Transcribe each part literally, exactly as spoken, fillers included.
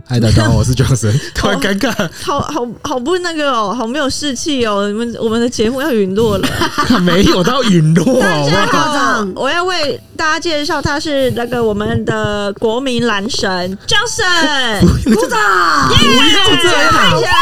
嗨，大家好，我是 Johnson。突然尴尬， 好好好不那个哦，好没有士气哦。你们我们的节目要陨落了， 没有到陨落，好不好？我要为大家介绍，他是那个我们的国民男神 Johnson， 鼓掌！不要这样， 拍起来！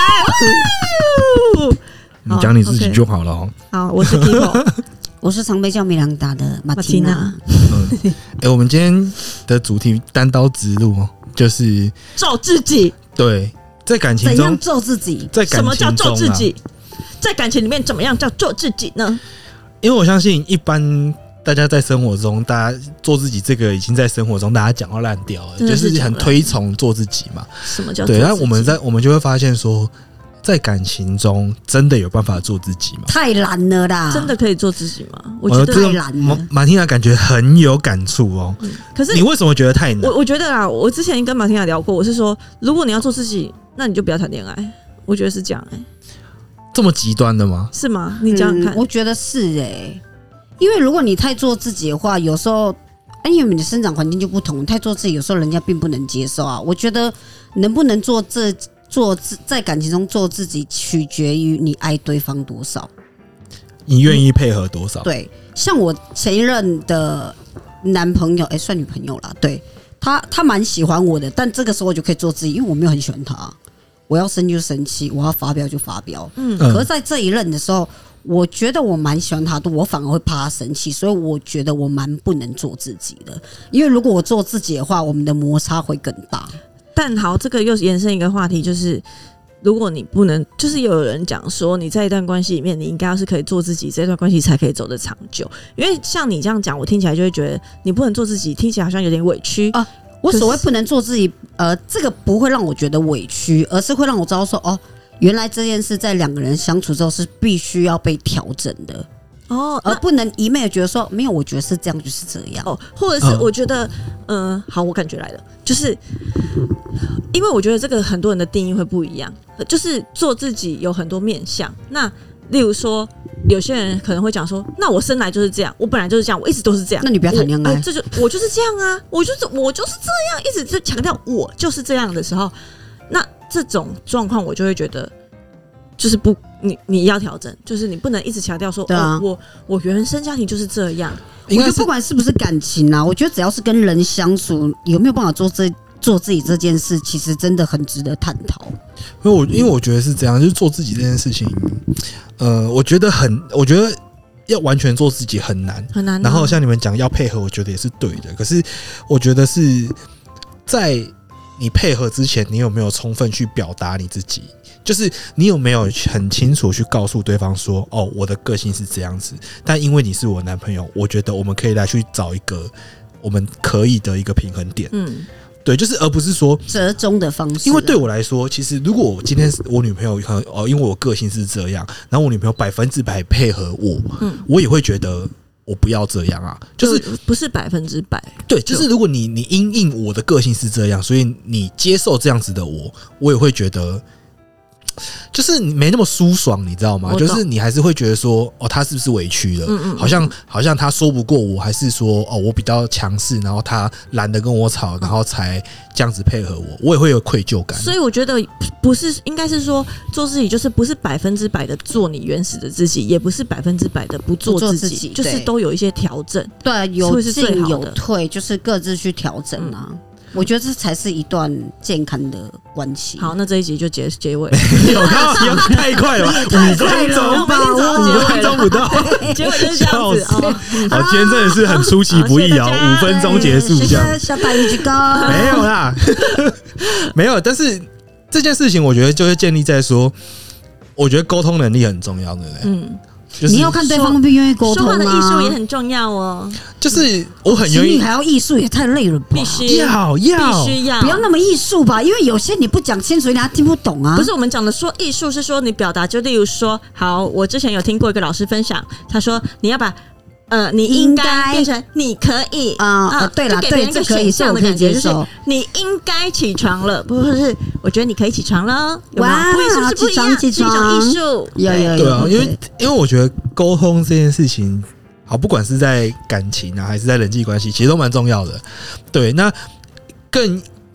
你讲你自己就好了哦。 好，我是 Kiko， 我是常被叫米兰达的马蒂娜。 嗯，哎，我们今天的主题单刀直入哦。就是做自己， 对，在感情中怎样做自己？ 在感情中、啊、 什么叫做自己？在感情里面怎么样叫做自己呢？ 因为我相信，一般大家在生活中，大家做自己这个已经在生活中大家讲到烂掉了，是就是很推崇做自己嘛。 什么叫做自己？ 对？然后我们在我们就会发现说，在感情中真的有办法做自己吗？ 太难了啦！ 真的可以做自己吗？我觉得太难了。 马蒂娜感觉很有感触哦。嗯、 可是你为什么觉得太难？ 我我觉得啊，我之前跟马蒂娜聊过，我是说，如果你要做自己，那你就不要谈恋爱。我觉得是这样哎、欸。 这么极端的吗？ 是吗？你讲讲看、 嗯。我觉得是哎、欸，因为如果你太做自己的话，有时候。因为你的生长环境就不同，太做自己，有时候人家并不能接受啊。我觉得能不能做这做在感情中做自己，取决于你爱对方多少， 你愿意配合多少。 嗯、对，像我前一任的男朋友，哎、欸，算女朋友啦，对他，他蛮喜欢我的，但这个时候我就可以做自己，因为我没有很喜欢他，我要生就生气，我要发飙就发飙。嗯，可是在这一任的时候。我觉得我蛮喜欢他的，我反而会怕他生气，所以我觉得我蛮不能做自己的。因为如果我做自己的话，我们的摩擦会更大。 但好，这个又延伸一个话题，就是如果你不能，就是有人讲说，你在一段关系里面，你应该要是可以做自己，这段关系才可以走得长久。因为像你这样讲，我听起来就会觉得你不能做自己，听起来好像有点委屈啊。 我所谓不能做自己，呃，这个不会让我觉得委屈，而是会让我知道说，哦。原来这件事在两个人相处之后是必须要被调整的哦，而不能一昧的觉得说没有，我觉得是这样就是这样哦，或者是我觉得，嗯、呃，好，我感觉来了，就是因为我觉得这个很多人的定义会不一样，就是做自己有很多面向。那例如说，有些人可能会讲说，那我生来就是这样，我本来就是这样，我一直都是这样， 那你不要谈恋爱， 呃、这就我就是这样啊，我就是我就是这样，一直就强调我就是这样的时候，那。这种状况我就会觉得，就是不，你你要调整，就是你不能一直强调说，啊、哦，我我原生家庭就是这样。 我觉得不管是不是感情啊，我觉得只要是跟人相处，有没有办法做这做自己这件事，其实真的很值得探讨。 因为我因为我觉得是这样，就是做自己这件事情，呃，我觉得很，我觉得要完全做自己很难， 很难。 然后像你们讲要配合，我觉得也是对的。可是我觉得是在。你配合之前，你有没有充分去表达你自己？就是你有没有很清楚去告诉对方说：“哦，我的个性是这样子，但因为你是我男朋友，我觉得我们可以来去找一个我们可以的一个平衡点。”嗯，对，就是而不是说折中的方式、啊。 因为对我来说，其实如果我今天我女朋友哦，因为我个性是这样，然后我女朋友百分之百配合我，嗯，我也会觉得。我不要这样啊，就是不是百分之百。 对，就是如果你你因应我的个性是这样，所以你接受这样子的我，我也会觉得，就是没那么舒爽，你知道吗？就是你还是会觉得说，哦，他是不是委屈了？嗯嗯嗯好像好像他说不过我，还是说哦，我比较强势，然后他懒得跟我吵，然后才这样子配合我，我也会有愧疚感。 所以我觉得不是，应该是说做自己，就是不是百分之百的做你原始的自己，也不是百分之百的不做自己，自己就是都有一些调整。 对，有进有退，就是各自去调整啊。嗯我觉得这才是一段健康的关系。 好，那这一集就结结尾。 有看太快了吧？五分钟吧，五分钟不到， 结尾就是这样子。好， 今天真的是很出其不意啊！五分钟结束这样。 小白一句高没有啦，没有。但是这件事情，我觉得就是建立在说，我觉得沟通能力很重要，对不对？嗯。就是、 你要看对方愿不愿意沟通啊， 说话的艺术也很重要哦。 就是我很愿意， 还要艺术也太累了吧？ 必须要要必须要， 不要那么艺术吧？因为有些你不讲清楚，人家听不懂啊。 不是我们讲的说艺术，是说你表达，就例如说，好，我之前有听过一个老师分享，他说你要把。呃，你应该变成你可以啊、呃呃，对了，对，这可以，这我可以接受。 你应该起床了，不是？我觉得你可以起床了， 哇， 不是不是不一样，是一种艺术。 有有对啊，因为因为我觉得沟通这件事情，好，不管是在感情啊，还是在人际关系，其实都蛮重要的。对，那更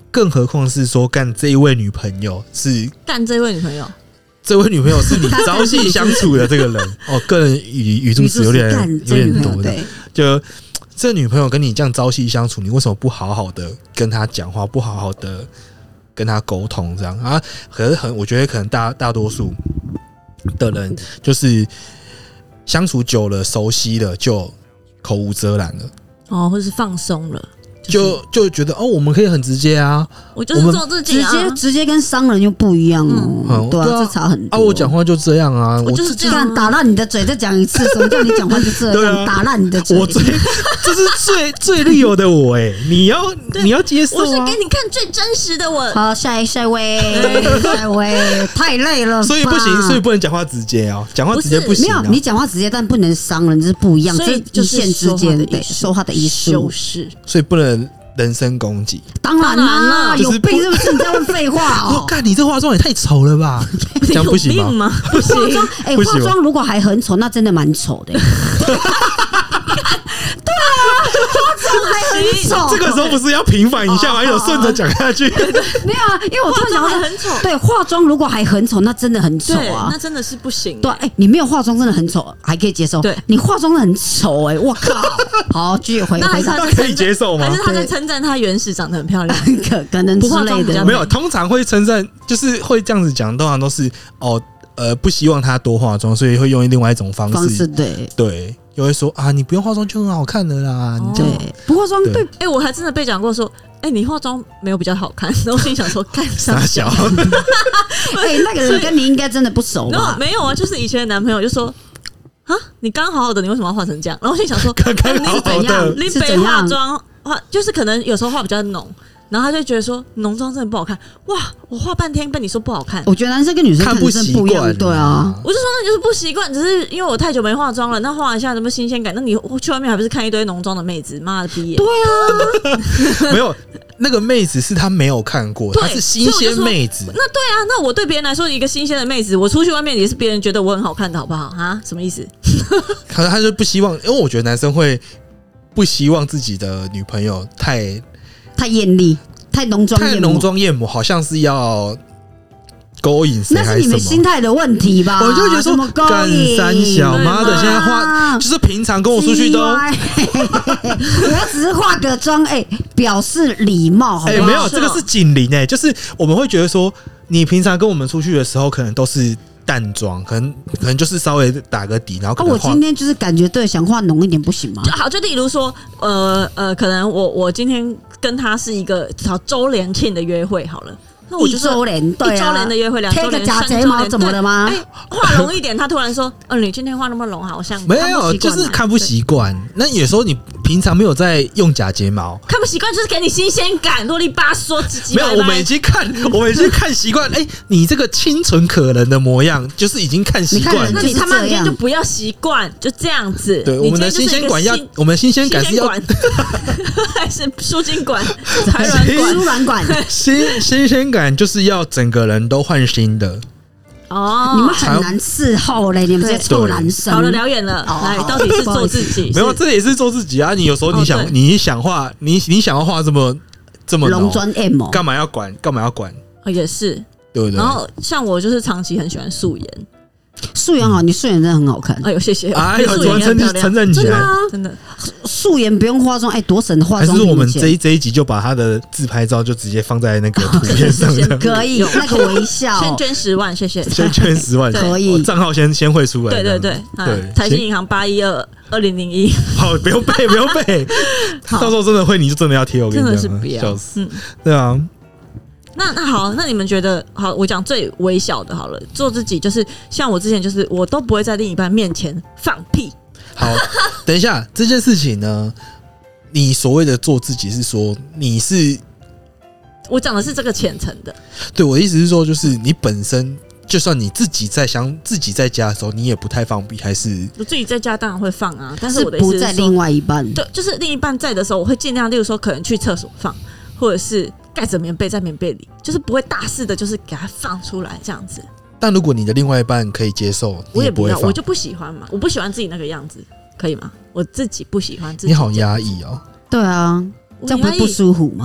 更何况是说干这一位女朋友是干这位女朋友， 这位女朋友是你朝夕相处的这个人哦，个人语语助词有点有点多的，就这女朋友跟你这样朝夕相处，你为什么不好好的跟她讲话，不好好的跟她沟通这样啊？可是很，我觉得可能大大多数的人就是相处久了、熟悉了，就口无遮拦了， 哦，或者是放松了。 就就觉得哦，我们可以很直接啊， 我就是做自己、啊， 直接直接跟商人又不一样哦， 嗯、 对啊， 对啊， 这差很多啊。我讲话就这样啊， 我就是这样、啊， 打烂你的嘴，再讲一次，什么叫你讲话就这样？啊、打烂你的嘴， 我最这是最最利友的我哎、欸，你要你要接受啊！ 我是给你看最真实的我。 好，下一下一位，下一位，太累了， 所以不行，所以不能讲话直接哦，讲话直接不行、啊。 没有，你讲话直接，但不能伤人，这是不一样， 所以这一线之间对说话的艺术， 所以不能。人身攻击， 当然啦，有病是不是？你在问废话哦！ 干，你这化妆也太丑了吧？这样不行吗？ 不行，化妆哎，化妆如果还很丑，那真的蛮丑的。对啊，化妆还很丑， 这个时候不是要平反一下吗？有顺着讲下去。 没有啊，因为我突然想到很丑。 对，化妆如果还很丑，那真的很丑啊， 那真的是不行。 对，哎，你没有化妆真的很丑，还可以接受。 对， 你化妆的很丑，哎，我靠！好，继续回回答， 可以接受吗？ 还是他在称赞他原始长得很漂亮， 可可能之类的。 没有，通常会称赞，就是会这样子讲，通常都是哦，呃，不希望他多化妆，所以会用另外一种方式。 方式对对，又会说啊，你不用化妆就很好看的啦。 哦、对，不化妆对。 哎、欸，我还真的被讲过说，哎、欸，你化妆没有比较好看。然后我心想说，看傻小。 哎、欸，那个人跟你应该真的不熟吧？ 没有啊，就是以前的男朋友就说。啊，你刚好好的，你为什么要化成这样？然后我心想说， 刚刚好好的， 你北化妆化就是可能有时候化比较浓，然后他就觉得说浓妆真的不好看。哇，我化半天被你说不好看。 我觉得男生跟女生看不习惯，对啊， 我就说那就是不习惯，只是因为我太久没化妆了，那化一下什么新鲜感？那你去外面还不是看一堆浓妆的妹子？妈的逼！ 对啊， 没有。那个妹子是他没有看过，她是新鲜妹子。 那对啊，那我对别人来说一个新鲜的妹子，我出去外面也是别人觉得我很好看的，好不好啊？什么意思？ 可能他就不希望，因为我觉得男生会不希望自己的女朋友太太艳丽、太浓妆太浓妆艳抹，好像是要勾引谁？ 那是你们心态的问题吧？ 我就觉得说，干三小妈的，现在化就是平常跟我出去都， 我只是化个妆，哎、欸，表示礼貌，好不好？ 哎、欸，没有，这个是警铃哎，就是我们会觉得说，你平常跟我们出去的时候，可能都是淡妆，可能可能就是稍微打个底，然后可能、 啊、我今天就是感觉对，想化浓一点不行吗？ 好，就例如说，呃呃，可能我我今天跟他是一个好周年庆的约会，好了。那我就一周年，对啊， 一周年的约会，两周年， 假睫毛怎么了吗？ 哎，画浓一点，他突然说：“嗯、呃，你今天画那么浓，好像没有，就是看不习惯。那有时候你平常没有在用假睫毛， 看不习惯就是给你新鲜感，啰里吧嗦，唧唧歪歪。 没有，我们已经看，我们已经看习惯。哎、欸，你这个清纯可人的模样，就是已经看习惯了。 那你他妈今天就不要习惯，就这样子。 对，我们的新鲜感要，我们的新鲜感是要， 还是输精管、排卵管、 输卵管？ 新新鲜感就是要。整个人都换新的哦， 你们很难伺候嘞，你们这些臭男生。 好了，聊远了，来，到底是做自己？ 没有，这也是做自己啊！你有时候你想，你想画，你你想要画这么这么浓妆 M， 干嘛要管？干嘛要管？ 也是， 对不对？ 然后像我就是长期很喜欢素颜。 素颜好，你素颜真的很好看。 哎呦，谢谢！ 哎呦，突然称称赞起来， 真的， 素颜不用化妆，哎，多省化妆。 还是我们这一这一集就把他的自拍照就直接放在那个图片上， 可以那个微笑， 先捐十万，谢谢。 先捐十万， 可以， 账号先先汇出来。 对对对对，台新银行八一二二零零一。 好，不用背，不用背，到时候真的会，你就真的要贴。我跟你讲， 真的是不要， 笑死。对啊。 那那好，那你们觉得好？我讲最微小的好了，做自己就是像我之前就是我都不会在另一半面前放屁。 好，等一下这件事情呢，你所谓的做自己是说你是， 我讲的是这个浅层的。 对，我的意思是说，就是你本身就算你自己在想自己在家的时候，你也不太放屁，还是我自己在家当然会放啊，但是我的意思是不在另外一半， 对，就是另一半在的时候，我会尽量，例如说可能去厕所放，或者是盖着棉被在棉被里，就是不会大肆的，就是给它放出来这样子。 但如果你的另外一半可以接受， 我也不要， 你也不会放， 我就不喜欢嘛，我不喜欢自己那个样子，可以吗？我自己不喜欢自己。 你好压抑哦。 对啊，这样不不舒服吗？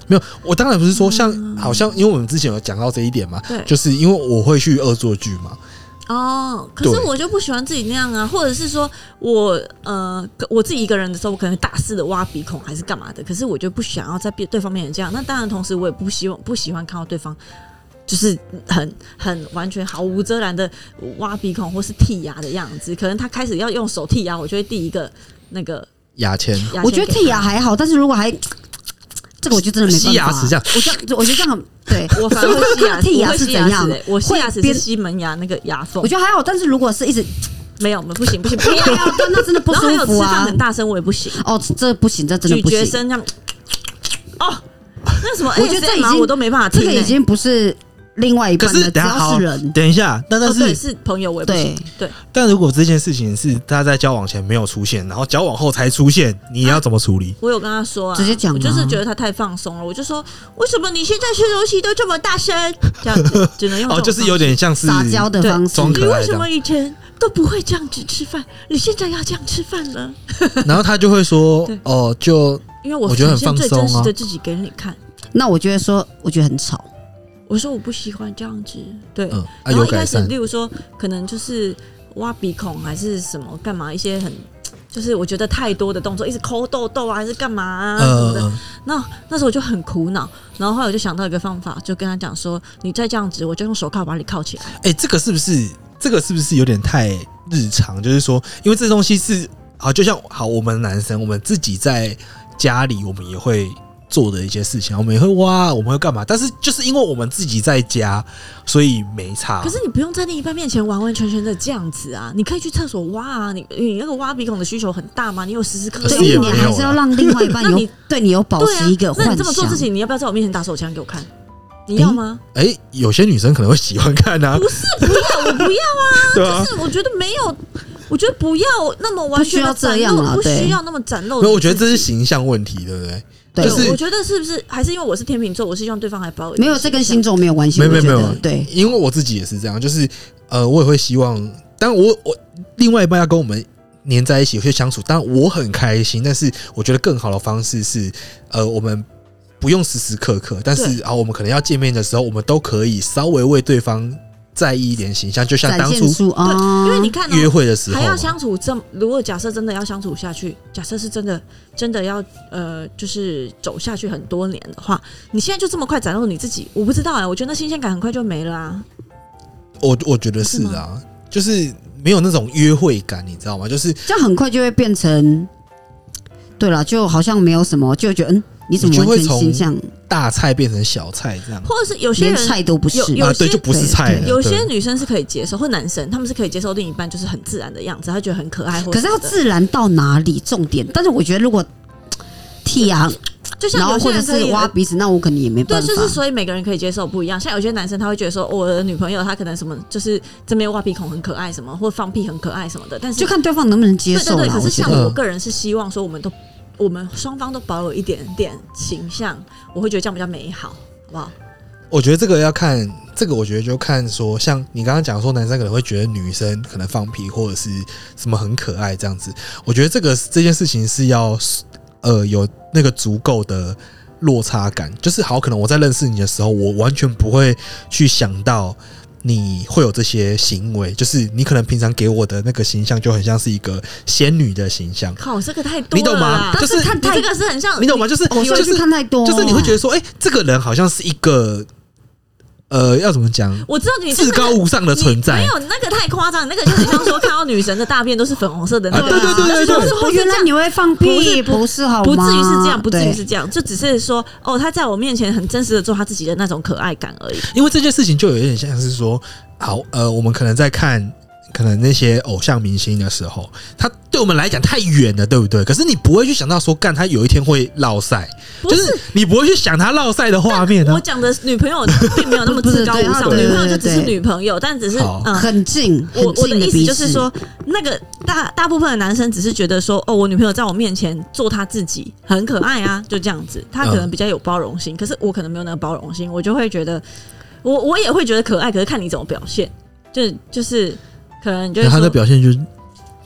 没有，我当然不是说像、嗯、好像，因为我们之前有讲到这一点嘛， 对， 就是因为我会去恶作剧嘛。 哦，可是我就不喜欢自己那样啊，或者是说我呃我自己一个人的时候，我可能大肆的挖鼻孔还是干嘛的，可是我就不想要在对方面前这样。那当然，同时我也不希望不喜欢看到对方就是很很完全毫无遮拦的挖鼻孔或是剔牙的样子。可能他开始要用手剔牙，我就会递一个那个牙签。 我觉得剔牙还好，但是如果还这个我就真的没办法。 吸牙齿这样， 我这样，我觉得这样，对我反而会吸牙齿。 剔牙是怎样？ 我吸牙齿是吸门牙那个牙缝。 我觉得还好，但是如果是一直没有，不行不行不要， 那真的不舒服啊！ 然后还有吃饭很大声，我也不行。 哦，这不行，这真的不行。 咀嚼声这样，哦，那什么，我觉得这已经我都没办法听。 这个已经不是另外一半了，只要是人。 等一下，但但是、 哦、是朋友，我也不行。对， 但如果这件事情是他在交往前没有出现，然后交往后才出现，你要怎么处理？ 啊、我有跟他说啊， 直接讲、啊， 我就是觉得他太放松了，我就说为什么你现在吃东西都这么大声？这样子只能用哦，就是有点像是撒娇的方式。 你为什么以前都不会这样子吃饭？你现在要这样吃饭了？ 然后他就会说：“哦，就因为我觉得很放松啊， 最真实的自己给你看。” 那我就会说，我觉得很吵。 我说我不喜欢这样子，对。 嗯啊、 然后一开始，例如说，可能就是挖鼻孔还是什么干嘛，一些很就是我觉得太多的动作，一直抠痘痘啊，还是干嘛啊什么的。嗯、那那时候我就很苦恼，然后后来我就想到一个方法，就跟他讲说：“你再这样子，我就用手铐把你铐起来。” 哎、欸，这个是不是这个是不是有点太日常？就是说，因为这东西是好，就像好，我们男生我们自己在家里，我们也会做的一些事情，我们也会挖，我们会干嘛？但是就是因为我们自己在家，所以没差。 可是你不用在另一半面前完完全全的这样子啊！你可以去厕所挖啊！你你那个挖鼻孔的需求很大吗？你有时时刻刻， 所以你还是要让另外一半有对你有保持一个幻想。 那你这么做自己，你要不要在我面前打手枪给我看？你要吗？ 哎、欸欸，有些女生可能会喜欢看啊。 不是，不要，我不要啊！ 对啊， 就是我觉得没有。我觉得不要那么完全的展露，不需要那么展露。 因为我觉得这是形象问题，对不对？ 对， 就是我觉得是不是还是因为我是天秤座，我是希望对方还保有没有，这跟星座没有关系。 没有没有没有， 对， 因为我自己也是这样，就是呃，我也会希望，当然我我另外一半要跟我们黏在一起，有些相处，当然我很开心，但是我觉得更好的方式是，呃，我们不用时时刻刻，但是啊，我们可能要见面的时候，我们都可以稍微为对方在意一点形象，就像当初对，因为你看、哦、 约会的时候还要相处这么，如果假设真的要相处下去，假设是真的真的要呃，就是走下去很多年的话，你现在就这么快展露你自己，我不知道哎、欸，我觉得那新鲜感很快就没了啊。 我我觉得是啊，就是没有那种约会感，你知道吗？就是这样很快就会变成，对了，就好像没有什么，就觉得嗯。你怎么完全形象大菜变成小菜这样， 或者是有些人连菜都不是有有些、 啊、对，就不是菜了。 有些女生是可以接受，或男生他们是可以接受另一半就是很自然的样子，他觉得很可爱或。 可是要自然到哪里？重点，但是我觉得如果剃牙， 就像有些人或者是挖鼻子，那我肯定也没办法。 对，就是所以每个人可以接受不一样。像有些男生他会觉得说，我的女朋友她可能什么，就是这边挖鼻孔很可爱什么，或放屁很可爱什么的，但是就看对方能不能接受啦。 对对对，可是像我个人是希望说，我们都。我们双方都保有一点点形象，我会觉得这样比较美好，好不好？ 我觉得这个要看，这个我觉得就看说，像你刚刚讲说，男生可能会觉得女生可能放屁或者是什么很可爱这样子。我觉得这个这件事情是要呃有那个足够的落差感，就是好，可能我在认识你的时候，我完全不会去想到。你会有这些行为，就是你可能平常给我的那个形象就很像是一个仙女的形象。 靠，这个太多了， 你懂吗？就是看太这个是很像， 你懂吗？就是我就是看太多， 就是你会觉得说，哎、欸，这个人好像是一个。呃，要怎么讲？ 我知道你至高无上的存在， 没有那个太夸张，那个就很像说看到女神的大便都是粉红色的那个、啊， 对对对对对对。 原来你会放屁，不是好吗？ 不至于是这样，不至于是这样，就只是说哦，他在我面前很真实的做他自己的那种可爱感而已。 因为这件事情就有点像是说，好，呃，我们可能在看。可能那些偶像明星的时候，他对我们来讲太远了，对不对？可是你不会去想到说，干他有一天会落赛，就是你不会去想他落赛的画面、啊。 我讲的女朋友并没有那么至高无上，女朋友就只是女朋友，但只是、嗯、 很近。 我我的意思就是说，那个大大部分的男生只是觉得说，哦，我女朋友在我面前做她自己，很可爱啊，就这样子。他可能比较有包容心，嗯、可是我可能没有那个包容心，我就会觉得，我我也会觉得可爱，可是看你怎么表现，就就是。可能你就他的表现就是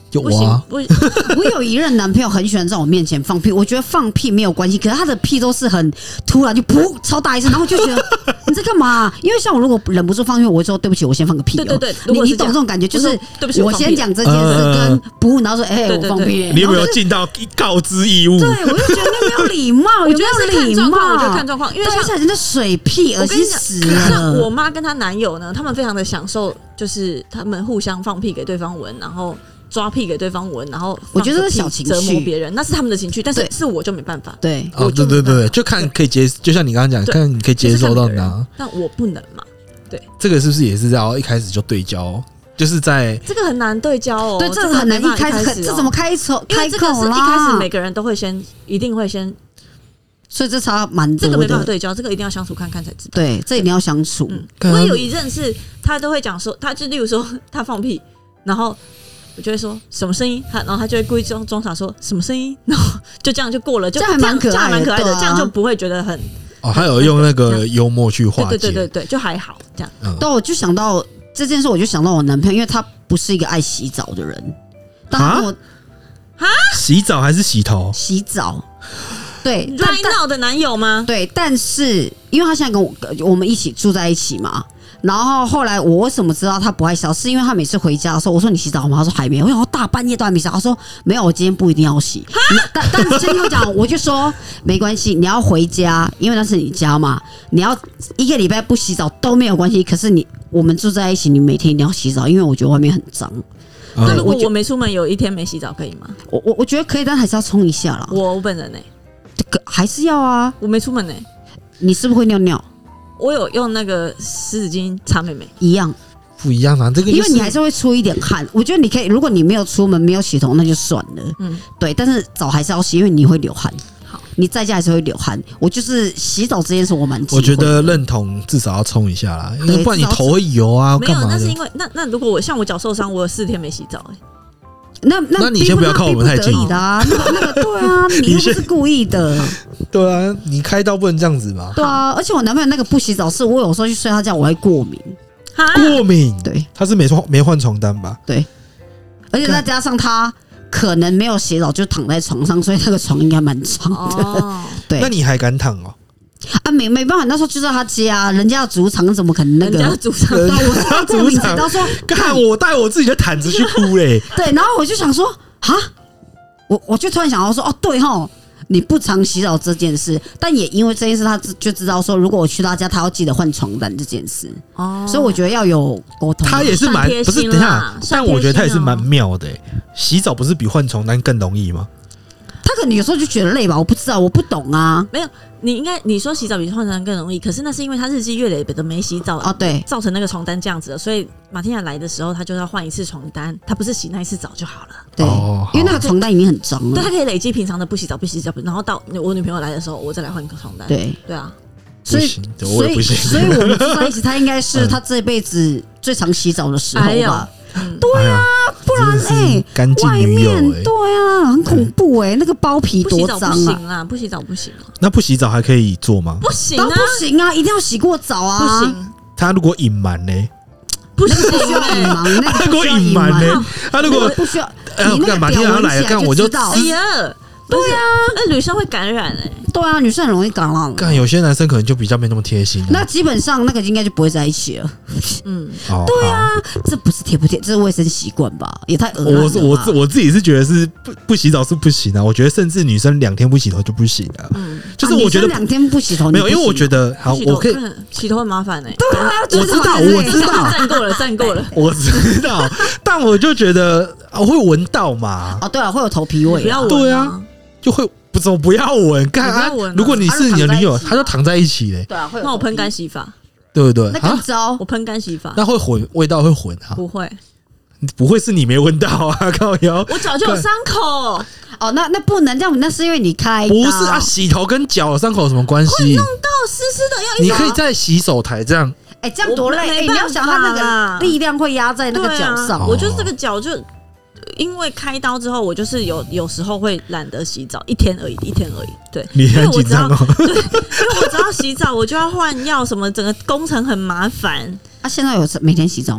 有不行啊， 不我有一任男朋友很喜欢在我面前放屁，我觉得放屁没有关系，可是他的屁都是很突然就噗超大一声，然后我就觉得你在干嘛？因为像我如果忍不住放屁，我会说对不起，我先放个屁、喔。 对对对， 你你懂这种感觉，就是对不起， 我先讲这件事跟噗，然后说哎、欸、我放屁， 你有没有尽到告知义务？ 对，我就觉得你没有礼貌，有没有礼貌？ 我觉得看状况，因为像人的水屁恶心死了。 像我妈跟她男友呢，他们非常的享受，就是他们互相放屁给对方闻，然后。抓屁给对方闻，然后我觉得是小情绪折磨别人，那是他们的情绪，但是是我就没办法。 对， 哦，对对对，就看可以接，就像你刚刚讲，看你可以接受到哪， 但我不能嘛。对， 这个是不是也是要一开始就对焦？就是在这个很难对焦哦， 对，这个很难一开始，这怎么开口？ 因为这个是一开始每个人都会先，一定会先。 所以这差蛮多的， 这个没办法对焦，这个一定要相处看看才知道。 对，这一定要相处。 嗯、我有一任是，他都会讲说，他就例如说他放屁，然后我就会说什么声音，他然后他就会故意装装傻说什么声音，然后就这样就过了，就这样还蛮可爱的， 可爱的，这样就不会觉得很哦，他有用那个幽默去化解， 对对对对，就还好这样。 嗯、对，我就想到这件事，我就想到我男朋友，因为他不是一个爱洗澡的人，但他跟我啊， 洗澡还是洗头？ 洗澡。对 ，right now 的男友吗？ 对，但是因为他现在跟我我们一起住在一起嘛，然后后来我为什么知道他不爱洗澡？是因为他每次回家的时候，我说你洗澡吗？他说还没有。我想大半夜都还没洗澡，他说没有，我今天不一定要洗。但但是先听我讲，我就说没关系，你要回家，因为那是你家嘛，你要一个礼拜不洗澡都没有关系。可是你我们住在一起，你每天一定要洗澡，因为我觉得外面很脏。 那如果我没出门，有一天没洗澡可以吗？ 我我我觉得可以，但还是要冲一下啦。 我我本人呢、欸？ 还是要啊， 我没出门呢、欸。 你是不是会尿尿？ 我有用那个湿纸巾擦妹妹， 一样不一样啊。这个、就是、 因为你还是会出一点汗。我觉得你可以，如果你没有出门没有洗头，那就算了。嗯，对，但是澡还是要洗，因为你会流汗。 好， 你在家还是会流汗。我就是洗澡这件事，我蛮我觉得认同，至少要冲一下啦，因为不然你头会油啊， 没有， 干嘛的？ 那是因为那那如果我像我脚受伤，我有四天没洗澡、欸。 那那那你先不要靠我们太近的啊，那个那个对啊，你又不是故意的， 对啊，你开刀不能这样子嘛。 对啊，而且我男朋友那个不洗澡，是我有时候去睡他家我会过敏， 过敏， 对， 他是没换没换床单吧？ 对，而且再加上他可能没有洗澡就躺在床上，所以那个床应该蛮长的。哦、对， 那你还敢躺哦？ 啊，没没办法，那时候就在他家，人家的主场怎么可能那个？ 人家主场， 对，我是他主场。他说：“ 看我带我自己的毯子去哭嘞。” 对，然后我就想说，啊，我我就突然想到说，哦，对哈，你不常洗澡这件事，但也因为这件事，他就知道说，如果我去他家，他要记得换床单这件事。哦，所以我觉得要有沟通。 他也是蛮不是，等一下，但我觉得他也是蛮妙的。洗澡不是比换床单更容易吗？ 他可能有时候就觉得累吧，我不知道，我不懂啊。 没有，你应该你说洗澡比换床单更容易，可是那是因为他日积月累的没洗澡哦，对， 造成那个床单这样子的，所以马天雅来的时候，他就要换一次床单，他不是洗那一次澡就好了。 对，哦、因为那个床单已经很脏了。 对，他可以累积平常的不洗澡、不洗澡，然后到我女朋友来的时候，我再来换个床单。 对， 对啊。 所以， 所以， 所以我们住在一起，他应该是他这辈子最常洗澡的时候吧。 哎嗯、对啊，不然哎， 干净女友哎， 对啊，很恐怖哎、欸，那个包皮多脏啊！ 不行啊，不洗澡不行啊。 那不洗澡还可以做吗？ 不行啊， 不行啊，一定要洗过澡啊！ 不行。 他如果隐瞒呢？ 不行，不需要隐瞒。那他如果隐瞒呢？他如果不需要， 你那个马天要来干我就知道。 哎呀，对啊，那女生会感染哎。 对啊，女生很容易感染。 干有些男生可能就比较没那么贴心、啊。 那基本上那个应该就不会在一起了。 嗯， 哦、 对啊，这不是贴不贴，这是卫生习惯吧？也太恶了。我我我自己是觉得是不不洗澡是不行的、啊。我觉得甚至女生两天不洗头就不行了、啊。嗯，就是我觉得两、啊、天不洗头没有，因为我觉得好，我可以洗头很麻烦哎、欸。 对啊， 我知道，我知道， 站够了，站够了， 我知道，但我就觉得啊，会闻到嘛。 哦，对啊，会有头皮味、啊， 不要闻、啊。 对啊，就会。不怎么不要闻，干啊！如果你是你的女友，他就躺在一起嘞。 对啊，会那我喷干洗法， 对不对？ 那更糟， 我喷干洗法， 那会混，味道会混啊？ 不会， 不会是你没闻到啊？靠腰， 我脚就有伤口哦，那那不能这样，那是因为你开刀。 不是啊，洗头跟脚伤口有什么关系？ 会弄到湿湿的，要你可以在洗手台这样。 哎，这样多累！哎，你要想他那个力量会压在那个脚上， 我就是这个脚就。因为开刀之后，我就是有有时候会懒得洗澡，一天而已，一天而已。对， 你很紧张哦。 对，因为我只要洗澡，我就要换药，什么整个工程很麻烦。 啊，现在有每天洗澡吗？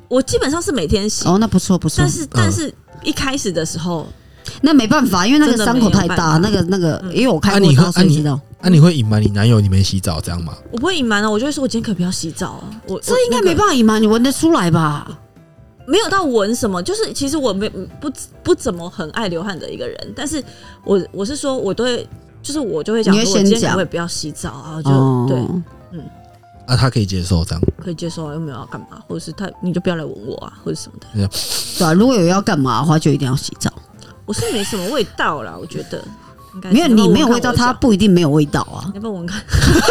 我基本上是每天洗， 哦，那不错不错。 但是但是一开始的时候， 那没办法，因为那个伤口太大，那个那个，因为我开过刀，所以知道。 啊，你会隐瞒你男友你没洗澡这样吗？ 我不会隐瞒啊，我就会说我今天可不要洗澡啊。我这应该没办法隐瞒，你闻得出来吧？ 没有到闻什么，就是其实我没不不怎么很爱流汗的一个人，但是我我是说我都会，就是我就会讲，我今天可不可以不要洗澡啊？就、哦、对，嗯， 啊，他可以接受这样， 可以接受啊，又没有要干嘛，或者是他你就不要来闻我啊，或者什么的。 对啊，如果有要干嘛的话，就一定要洗澡。 我是没什么味道啦，我觉得。 没有你没有味道，它不一定没有味道啊。 要不要闻看？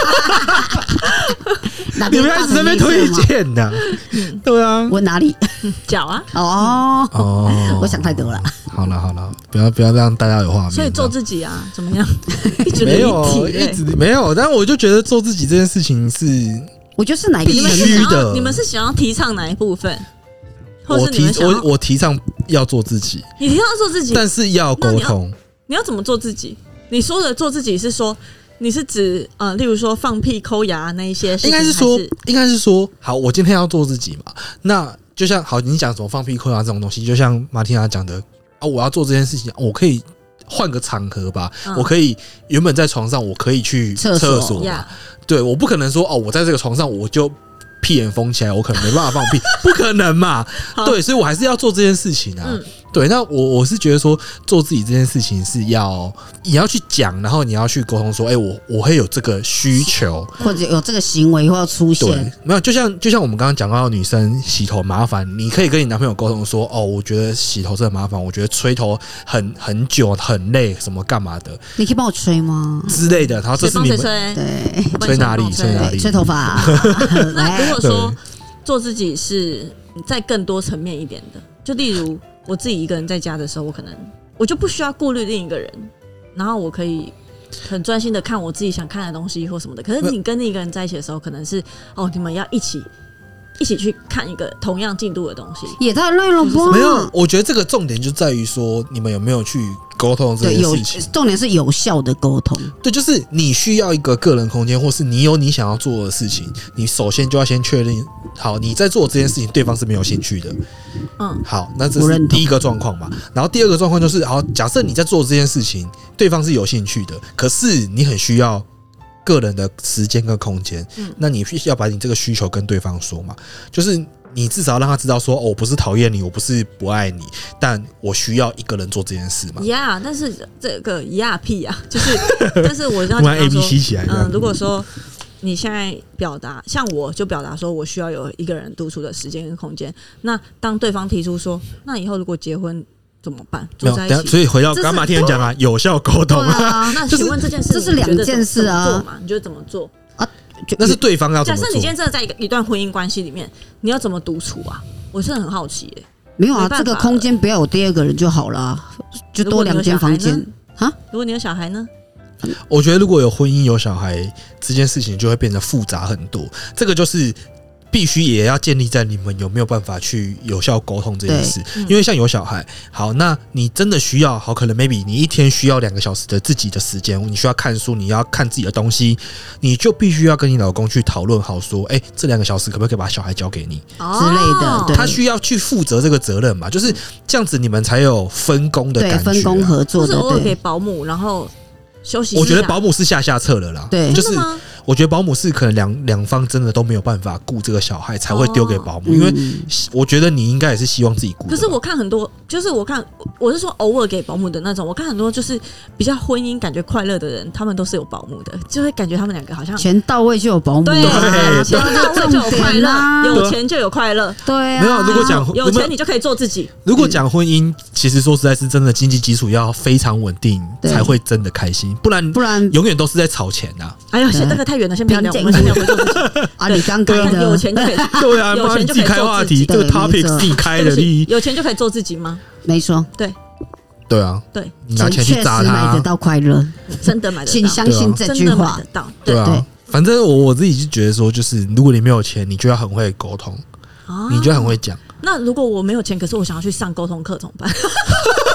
你们一直在那边推荐的，对啊， 闻哪里？ 脚啊？ 哦哦，我想太多了。 好了好了，不要不要让大家有画面。 所以做自己啊，怎么样？ 没有，一直没有，但我就觉得做自己这件事情是， 我觉得是哪一必须的。 你们是想要提倡哪一部分？ 我提我我提倡要做自己， 你提倡做自己， 但是要沟通。 你要怎么做自己？你说的做自己是说，你是指呃，例如说放屁、抠牙那一些事情， 应该是说，应该是说，好，我今天要做自己嘛。那就像好，你讲什么放屁、抠牙这种东西，就像马蒂娜讲的啊，我要做这件事情，我可以换个场合吧，嗯、我可以原本在床上，我可以去厕所嘛。对，我不可能说哦，我在这个床上我就屁眼封起来，我可能没办法放屁，不可能嘛。对，所以我还是要做这件事情啊。嗯对，那我我是觉得说，做自己这件事情是要你要去讲，然后你要去沟通说，哎、欸，我我会有这个需求， 或者有这个行为会要出现。 对，没有，就像就像我们刚刚讲到女生洗头麻烦，你可以跟你男朋友沟通说，哦，我觉得洗头真的麻烦，我觉得吹头很很久很累，什么干嘛的， 你可以帮我吹吗？ 之类的。然后这是你们吹对吹哪里吹哪里吹头发。 那如果说做自己是在更多层面一点的，就例如。我自己一个人在家的时候，我可能我就不需要顾虑另一个人，然后我可以很专心的看我自己想看的东西或什么的。可是你跟另一个人在一起的时候，可能是哦，你们要一起一起去看一个同样进度的东西， 也太累了吧？ 没有，我觉得这个重点就在于说，你们有没有去沟通这件事情？ 重点是有效的沟通。 对，就是你需要一个个人空间，或是你有你想要做的事情，你首先就要先确认，好，你在做这件事情，对方是没有兴趣的。嗯，好，那这是第一个状况嘛。然后第二个状况就是，好，假设你在做这件事情，对方是有兴趣的，可是你很需要个人的时间跟空间，嗯，那你必须要把你这个需求跟对方说嘛，就是你至少让他知道说，哦，我不是讨厌你，我不是不爱你，但我需要一个人做这件事嘛。 呀、yeah, ，但是这个呀屁啊，就是，但是我要讲说 A B C 起来， 嗯，如果说你现在表达，像我就表达说我需要有一个人独处的时间跟空间，那当对方提出说，那以后如果结婚怎么办？住在一起， 所以回到刚刚马天讲啊，有效沟通啊。那请问这件事， 这是两件事啊， 你觉得怎么做啊？ 那是对方要怎么做？ 假设你今天真的在一个一段婚姻关系里面，你要怎么独处啊？我是很好奇耶、欸。 没有啊，这个空间不要有第二个人就好了，就多两间房间啊。 如果你有小孩呢？ 我觉得如果有婚姻有小孩这件事情就会变得复杂很多，这个就是必须也要建立在你们有没有办法去有效沟通这件事。因为像有小孩，好，那你真的需要，好，可能 maybe 你一天需要两个小时的自己的时间，你需要看书，你要看自己的东西，你就必须要跟你老公去讨论好说，哎、欸，这两个小时可不可以把小孩交给你、 哦、之类的， 他需要去负责这个责任嘛，就是这样子，你们才有分工的感觉、啊， 对，分工合作的， 就是偶尔给保姆，然后休息一下。 我觉得保姆是下下策了啦， 对， 就是我觉得保姆是可能两两方真的都没有办法顾这个小孩，才会丢给保姆、哦。因为我觉得你应该也是希望自己顾。 可是我看很多，就是我看我是说偶尔给保姆的那种，我看很多就是比较婚姻感觉快乐的人，他们都是有保姆的，就会感觉他们两个好像钱到位就有保姆， 对，钱到位就有快乐，有钱就有快乐， 对啊。 没有，如果讲有钱你就可以做自己。 如果讲婚姻，其实说实在是真的经济基础要非常稳定，才会真的开心，不然不然永远都是在吵钱啊。 哎呀，这个太远了，先不要聊。我们先聊回做自己啊！你刚刚的有钱就可以， 对啊，有钱就可以开话题，这个 topic 自己开的， 有钱就可以做自己吗？ 没错， 对， 对啊， 对， 你拿钱去砸他， 买得到快乐， 真的买得到， 请相信这句话， 得到， 对啊。反正我我自己就觉得说，就是如果你没有钱，你就要很会沟通，你就很会讲。 那如果我没有钱，可是我想要去上沟通课怎么办？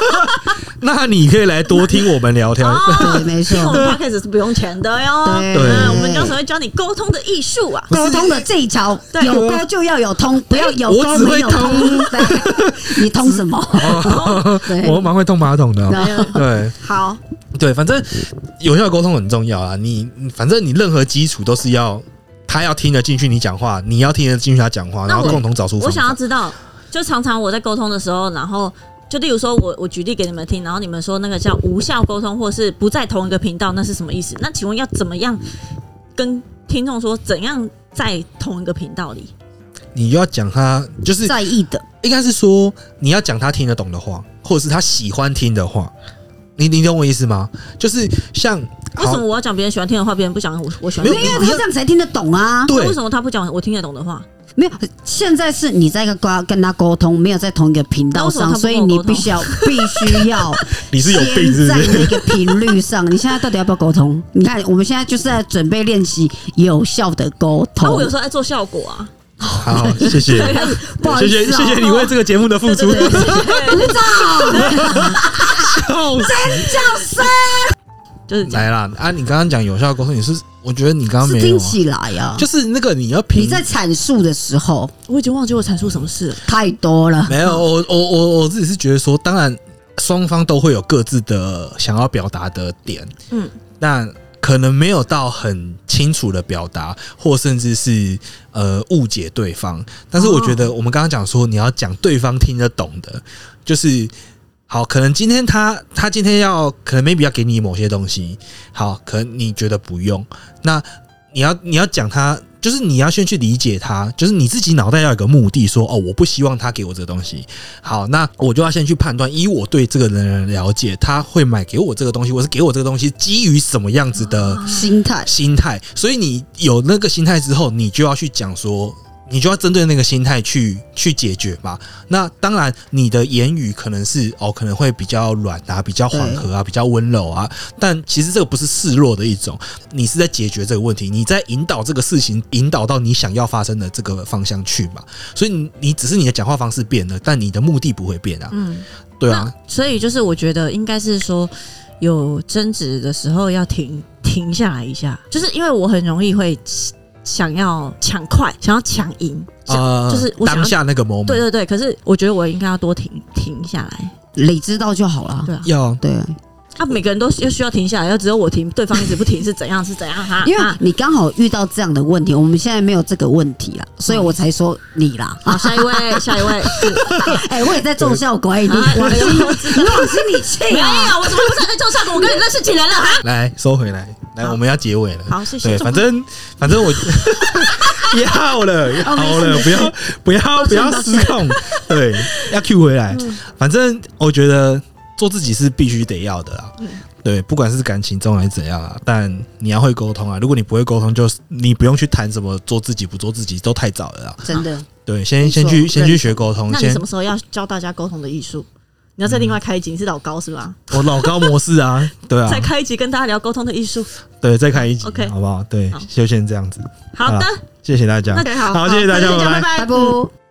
那你可以来多听我们聊天。 哦对，没错听我们 podcast 是不用钱的哟。 对对嗯我们到时候会教你沟通的艺术啊。 沟通的这一招， 对有沟就要有通，不要有我只会沟没有通。对，你通什么？对我蛮会通马桶的哦。对好， 对，反正有效沟通很重要啊。你反正你任何基础都是要他要听得进去你讲话，你要听得进去他讲话，然后共同找出方法。 我想要知道，就常常我在沟通的时候，然后就例如说我我举例给你们听，然后你们说那个叫无效沟通，或是不在同一个频道，那是什么意思？那请问要怎么样跟听众说怎样在同一个频道里？ 你就要讲他就是在意的， 应该是说你要讲他听得懂的话，或者是他喜欢听的话。你你懂我意思吗？就是像为什么我要讲别人喜欢听的话，别人不讲我我喜欢没有听的话？ 因为他这样才听得懂啊。 对那为什么他不讲我听得懂的话？ 没有，现在是你在跟跟他沟通，没有在同一个频道上， 那为什么他不所以你必须要必须要你是有病是不先在是？ 那个频率上。你现在到底要不要沟通？你看，我们现在就是在准备练习有效的沟啊， 通。 我有时候在做效果啊。 好，谢谢， 不好谢谢意思哦谢谢你为这个节目的付出。 对对对对对鼓掌， 笑死！ 叫声就是这样。 来啦啊！你刚刚讲有效沟通，你是我觉得你刚刚是没有啊， 听起来呀， 就是那个你要评你在阐述的时候我已经忘记我阐述什么事了。 太多了。 没有，我我我我自己是觉得说，当然双方都会有各自的想要表达的点， 嗯， 但可能没有到很清楚的表达，或甚至是呃误解对方。但是我觉得我们刚刚讲说，你要讲对方听得懂的，就是好，可能今天他他今天要可能 maybe 要给你某些东西，好，可能你觉得不用，那你要你要讲他。就是你要先去理解他，就是你自己脑袋要有个目的说，哦，我不希望他给我这个东西。好，那我就要先去判断，以我对这个人的了解，他会买给我这个东西，或是给我这个东西基于什么样子的心态心态。所以你有那个心态之后，你就要去讲说，你就要针对那个心态去去解决嘛。那当然，你的言语可能是哦，可能会比较软啊，比较缓和啊，比较温柔啊。但其实这个不是示弱的一种，你是在解决这个问题，你在引导这个事情，引导到你想要发生的这个方向去嘛。所以你你只是你的讲话方式变了，但你的目的不会变啊。 嗯， 对啊， 所以就是我觉得应该是说，有争执的时候要停停下来一下，就是因为我很容易会想要抢快，想要抢赢， 呃， 就是我想要当下那个 moment， 对对对。可是我觉得我应该要多停停下来， 理知道就好了。 对啊。 要对， 啊，每个人都要需要停下来，要只有我停，对方一直不停是怎样是怎样哈？ 因为啊你刚好遇到这样的问题，我们现在没有这个问题啦，所以我才说你啦。 好，下一位，下一位是哎，我也在做效果，哎，你啊往心你往心里去没啊！ 有，我怎么不是在做效果？我跟你认识几人了哈？ 来收回来，来好我们要结尾了。 好，谢谢。 对，反正反正我要了，要了，不要不要不要失控，对，要 Q 回来。反正我觉得做自己是必须得要的啦，对，不管是感情中还是怎样啊，但你要会沟通啊。如果你不会沟通，就你不用去谈什么做自己不做自己，都太早了啦。 真的， 对，先没错先去先去学沟通，先那你什么时候要教大家沟通的艺术？你要再另外开一集，你是老高是吧？ 我老高模式啊，对啊再，开一集跟大家聊沟通的艺术。 对，再开一集 OK 好不好？对好， 就先这样子。 好的， 谢谢大家， 那好， 好，谢谢大家， 那就这样拜拜拜拜拜拜。